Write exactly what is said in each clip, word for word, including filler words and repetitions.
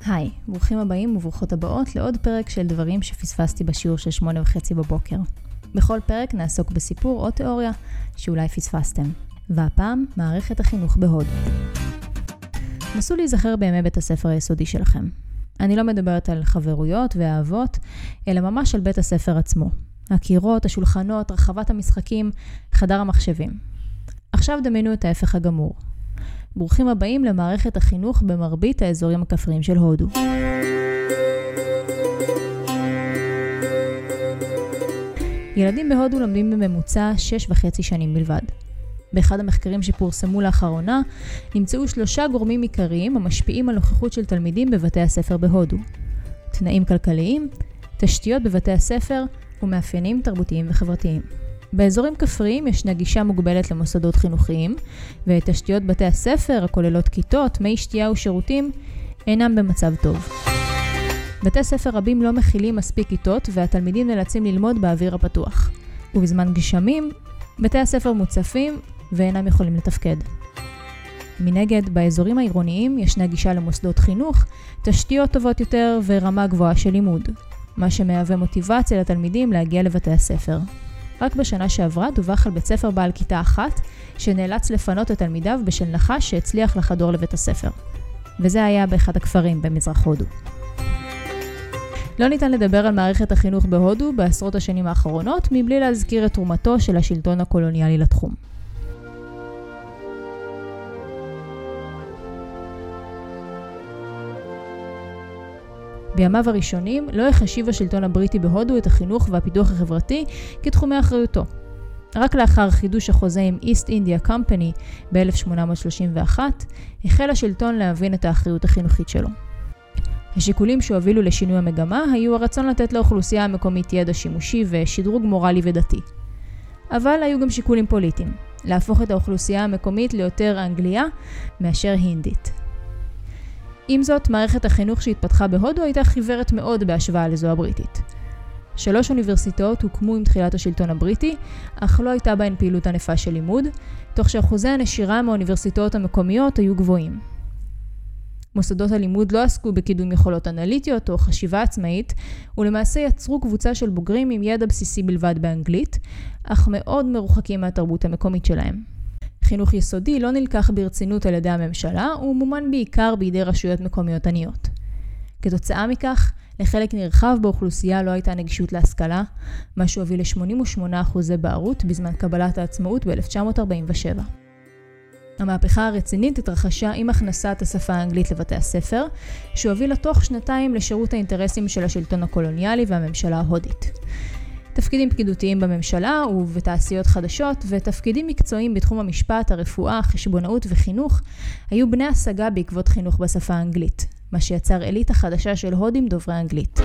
היי, ברוכים הבאים וברוכות הבאות לעוד פרק של דברים שפספסתי בשיעור של שמונה וחצי בבוקר. בכל פרק נעסוק בסיפור או תיאוריה שאולי פספסתם. והפעם, מערכת החינוך בהודו. נסו להיזכר בימי בית הספר היסודי שלכם. אני לא מדברת על חברויות ואהבות, אלא ממש על בית הספר עצמו. הקירות, השולחנות, רחבת המשחקים, חדר המחשבים. עכשיו דמיינו את ההפך הגמור. ברוכים הבאים למערכת החינוך במרבית האזורים הכפריים של הודו. ילדים בהודו לומדים בממוצע שש וחצי שנים בלבד. באחד המחקרים שפורסמו לאחרונה, נמצאו שלושה גורמים עיקריים המשפיעים על נוכחות של תלמידים בבתי הספר בהודו. תנאים כלכליים, תשתיות בבתי הספר ומאפיינים תרבותיים וחברתיים. באזורים כפריים יש גישה מוגבלת למוסדות חינוכיים, ותשתיות בתי הספר, הכוללות כיתות, מי שתייה ושירותים, אינם במצב טוב. בתי ספר רבים לא מכילים מספיק כיתות, והתלמידים נאלצים ללמוד באוויר הפתוח. ובזמן גשמים, בתי הספר מוצפים ואינם יכולים לתפקד. מנגד, באזורים העירוניים יש גישה למוסדות חינוך, תשתיות טובות יותר ורמה גבוהה של לימוד, מה שמהווה מוטיבציה לתלמידים להגיע לבתי הספר. רק בשנה שעברה דווח על בית ספר בעל כיתה אחת שנאלץ לפנות את תלמידיו בשל נחש שהצליח לחדור לבית הספר. וזה היה באחד הכפרים במזרח הודו. לא ניתן לדבר על מערכת החינוך בהודו בעשרות השנים האחרונות מבלי להזכיר את תרומתו של השלטון הקולוניאלי לתחום. בימיו הראשונים לא החשיב השלטון הבריטי בהודו את החינוך והפיתוח החברתי כתחומי אחריותו. רק לאחר חידוש החוזה עם East India Company ב-אלף שמונה מאות שלושים ואחת, החל השלטון להבין את האחריות החינוכית שלו. השיקולים שהובילו לשינוי המגמה היו הרצון לתת לאוכלוסייה המקומית ידע שימושי ושדרוג מורלי ודתי. אבל היו גם שיקולים פוליטיים, להפוך את האוכלוסייה המקומית ליותר אנגליה מאשר הינדית. עם זאת, מערכת החינוך שהתפתחה בהודו הייתה חיוורת מאוד בהשוואה לזו הבריטית. שלוש אוניברסיטאות הוקמו עם תחילת השלטון הבריטי, אך לא הייתה בהן פעילות ענפה של לימוד, תוך שאחוזי הנשירה מהאוניברסיטאות המקומיות היו גבוהים. מוסדות הלימוד לא עסקו בקידום יכולות אנליטיות או חשיבה עצמאית, ולמעשה יצרו קבוצה של בוגרים עם ידע בסיסי בלבד באנגלית, אך מאוד מרוחקים מהתרבות המקומית שלהם. חינוך יסודי לא נלקח ברצינות על ידי הממשלה, הוא מומן בעיקר בידי רשויות מקומיות עניות. כתוצאה מכך, לחלק נרחב באוכלוסייה לא הייתה נגישות להשכלה, מה שהוביל ל-שמונים ושמונה אחוז בערות בזמן קבלת העצמאות ב-אלף תשע מאות ארבעים ושבע. המהפכה הרצינית התרחשה עם הכנסת השפה האנגלית לבתי הספר, שהובילה תוך שנתיים לשירות האינטרסים של השלטון הקולוניאלי והממשלה ההודית. תפקידים פקידותיים בממשלה ובתעשיות חדשות ותפקידים מקצועיים בתחום המשפט, הרפואה, חשבונאות וחינוך היו בני השגה בעקבות חינוך בשפה האנגלית, מה שיצר אליטה חדשה של הודים דוברי אנגלית.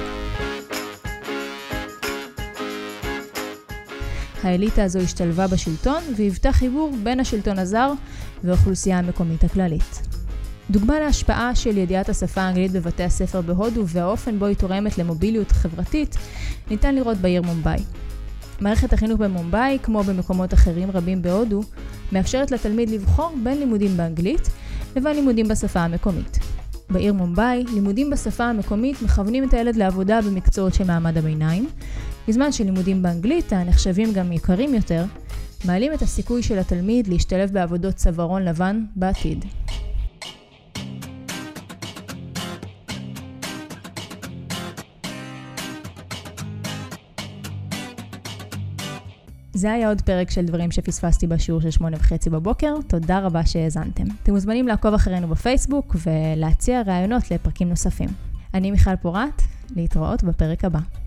האליטה הזו השתלבה בשלטון והיוותה חיבור בין השלטון הזר והאוכלוסייה המקומית הכללית. דוגמה להשפעה של ידיעת השפה האנגלית בבתי הספר בהודו והאופן בו היא תורמת למוביליות חברתית ניתן לראות בעיר מומבאי. מערכת החינוך במומבאי, כמו במקומות אחרים רבים בהודו, מאפשרת לתלמיד לבחור בין לימודים באנגלית לבין לימודים בשפה המקומית. בעיר מומבאי, לימודים בשפה המקומית מכוונים את הילד לעבודה במקצועות של מעמד הביניים, בזמן שלימודים באנגלית, הנחשבים גם יקרים יותר, מעלים את הסיכוי של התלמיד להשתלב בעבודות צווארון לבן בעתיד. זה היה עוד פרק של דברים שפספסתי בשיעור של שמונה וחצי בבוקר. תודה רבה שהאזנתם. אתם מוזמנים לעקוב אחרינו בפייסבוק ולהציע רעיונות לפרקים נוספים. אני מיכל פורט, להתראות בפרק הבא.